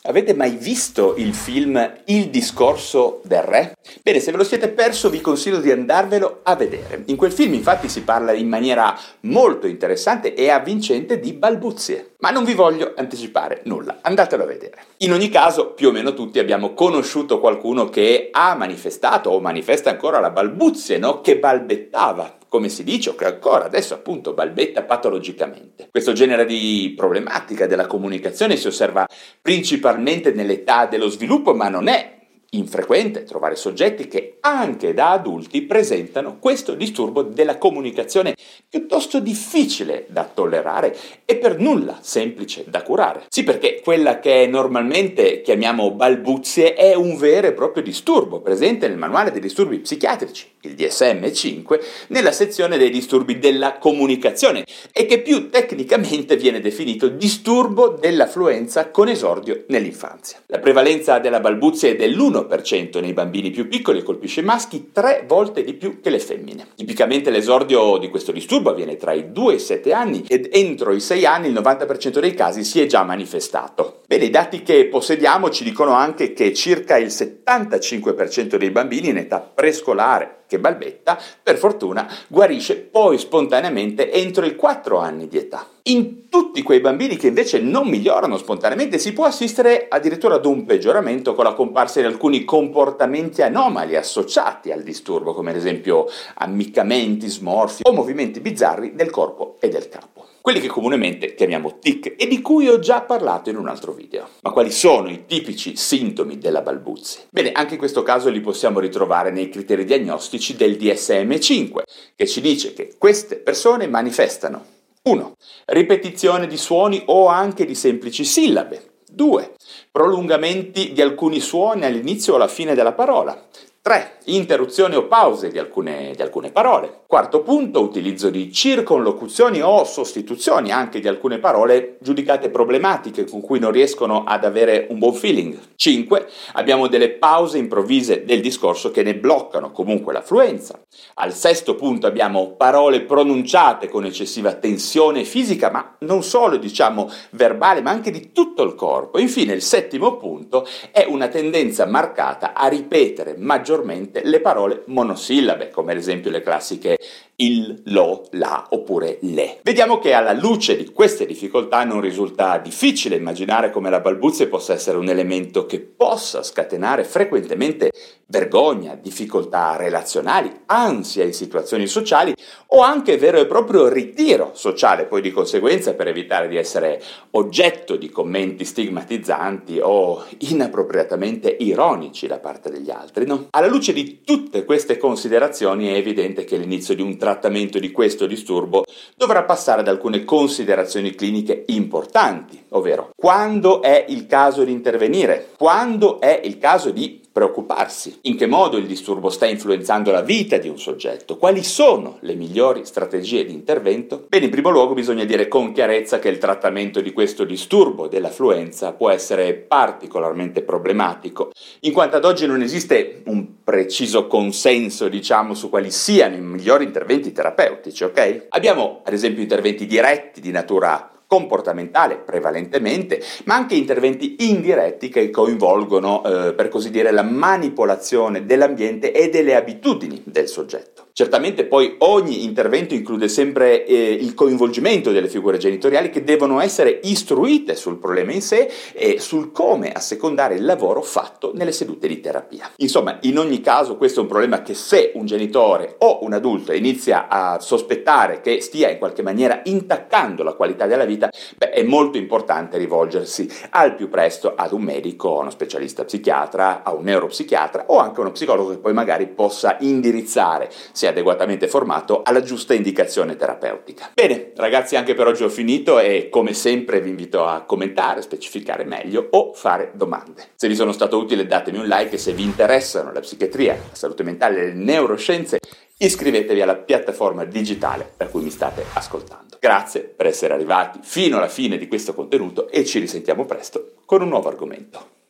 Avete mai visto il film Il discorso del re? Bene, se ve lo siete perso vi consiglio di andarvelo a vedere. In quel film infatti si parla in maniera molto interessante e avvincente di balbuzie. Ma non vi voglio anticipare nulla, andatelo a vedere. In ogni caso, più o meno tutti abbiamo conosciuto qualcuno che ha manifestato o manifesta ancora la balbuzie, no? Che balbettava, come si dice, o che ancora adesso appunto balbetta patologicamente. Questo genere di problematica della comunicazione si osserva principalmente nell'età dello sviluppo, ma non è infrequente trovare soggetti che anche da adulti presentano questo disturbo della comunicazione piuttosto difficile da tollerare e per nulla semplice da curare. Sì, perché quella che normalmente chiamiamo balbuzie è un vero e proprio disturbo presente nel manuale dei disturbi psichiatrici, il DSM-5, nella sezione dei disturbi della comunicazione e che più tecnicamente viene definito disturbo dell'affluenza con esordio nell'infanzia. La prevalenza della balbuzie è dell'1% nei bambini più piccoli e colpisce i maschi 3 volte di più che le femmine. Tipicamente l'esordio di questo disturbo avviene tra i 2 e i 7 anni ed entro i 6 anni il 90% dei casi si è già manifestato. Bene, i dati che possediamo ci dicono anche che circa il 75% dei bambini in età prescolare che balbetta, per fortuna, guarisce poi spontaneamente entro i 4 anni di età. In tutti quei bambini che invece non migliorano spontaneamente si può assistere addirittura ad un peggioramento con la comparsa di alcuni comportamenti anomali associati al disturbo, come ad esempio ammiccamenti, smorfie o movimenti bizzarri del corpo e del capo. Quelli che comunemente chiamiamo tic e di cui ho già parlato in un altro video. Ma quali sono i tipici sintomi della balbuzie? Bene, anche in questo caso li possiamo ritrovare nei criteri diagnostici del DSM-5, che ci dice che queste persone manifestano 1. Ripetizione di suoni o anche di semplici sillabe. 2. Prolungamenti di alcuni suoni all'inizio o alla fine della parola. 3. Interruzioni o pause di alcune parole. Quarto punto, utilizzo di circonlocuzioni o sostituzioni anche di alcune parole giudicate problematiche con cui non riescono ad avere un buon feeling. 5. Abbiamo delle pause improvvise del discorso che ne bloccano comunque l'affluenza. Al sesto punto abbiamo parole pronunciate con eccessiva tensione fisica, ma non solo verbale, ma anche di tutto il corpo. Infine il settimo punto è una tendenza marcata a ripetere maggiormente le parole monosillabe, come ad esempio le classiche il, lo, la oppure le. Vediamo che alla luce di queste difficoltà non risulta difficile immaginare come la balbuzie possa essere un elemento che possa scatenare frequentemente vergogna, difficoltà relazionali, ansia in situazioni sociali o anche vero e proprio ritiro sociale, poi di conseguenza per evitare di essere oggetto di commenti stigmatizzanti o inappropriatamente ironici da parte degli altri, no? Alla luce di tutte queste considerazioni è evidente che l'inizio di un trattamento di questo disturbo dovrà passare ad alcune considerazioni cliniche importanti, ovvero quando è il caso di intervenire, quando è il caso di preoccuparsi, in che modo il disturbo sta influenzando la vita di un soggetto, quali sono le migliori strategie di intervento. Bene, in primo luogo bisogna dire con chiarezza che il trattamento di questo disturbo dell'affluenza può essere particolarmente problematico, in quanto ad oggi non esiste un preciso consenso, su quali siano i migliori interventi terapeutici, ok? Abbiamo ad esempio interventi diretti di natura comportamentale prevalentemente, ma anche interventi indiretti che coinvolgono, per così dire, la manipolazione dell'ambiente e delle abitudini del soggetto. Certamente poi ogni intervento include sempre il coinvolgimento delle figure genitoriali che devono essere istruite sul problema in sé e sul come assecondare il lavoro fatto nelle sedute di terapia. Insomma, in ogni caso questo è un problema che se un genitore o un adulto inizia a sospettare che stia in qualche maniera intaccando la qualità della vita, è molto importante rivolgersi al più presto ad un medico, a uno specialista psichiatra, a un neuropsichiatra o anche a uno psicologo che poi magari possa indirizzare, se adeguatamente formato, alla giusta indicazione terapeutica. Bene, ragazzi, anche per oggi ho finito e come sempre vi invito a commentare, specificare meglio o fare domande. Se vi sono stato utile datemi un like e se vi interessano la psichiatria, la salute mentale e le neuroscienze iscrivetevi alla piattaforma digitale per cui mi state ascoltando. Grazie per essere arrivati fino alla fine di questo contenuto e ci risentiamo presto con un nuovo argomento.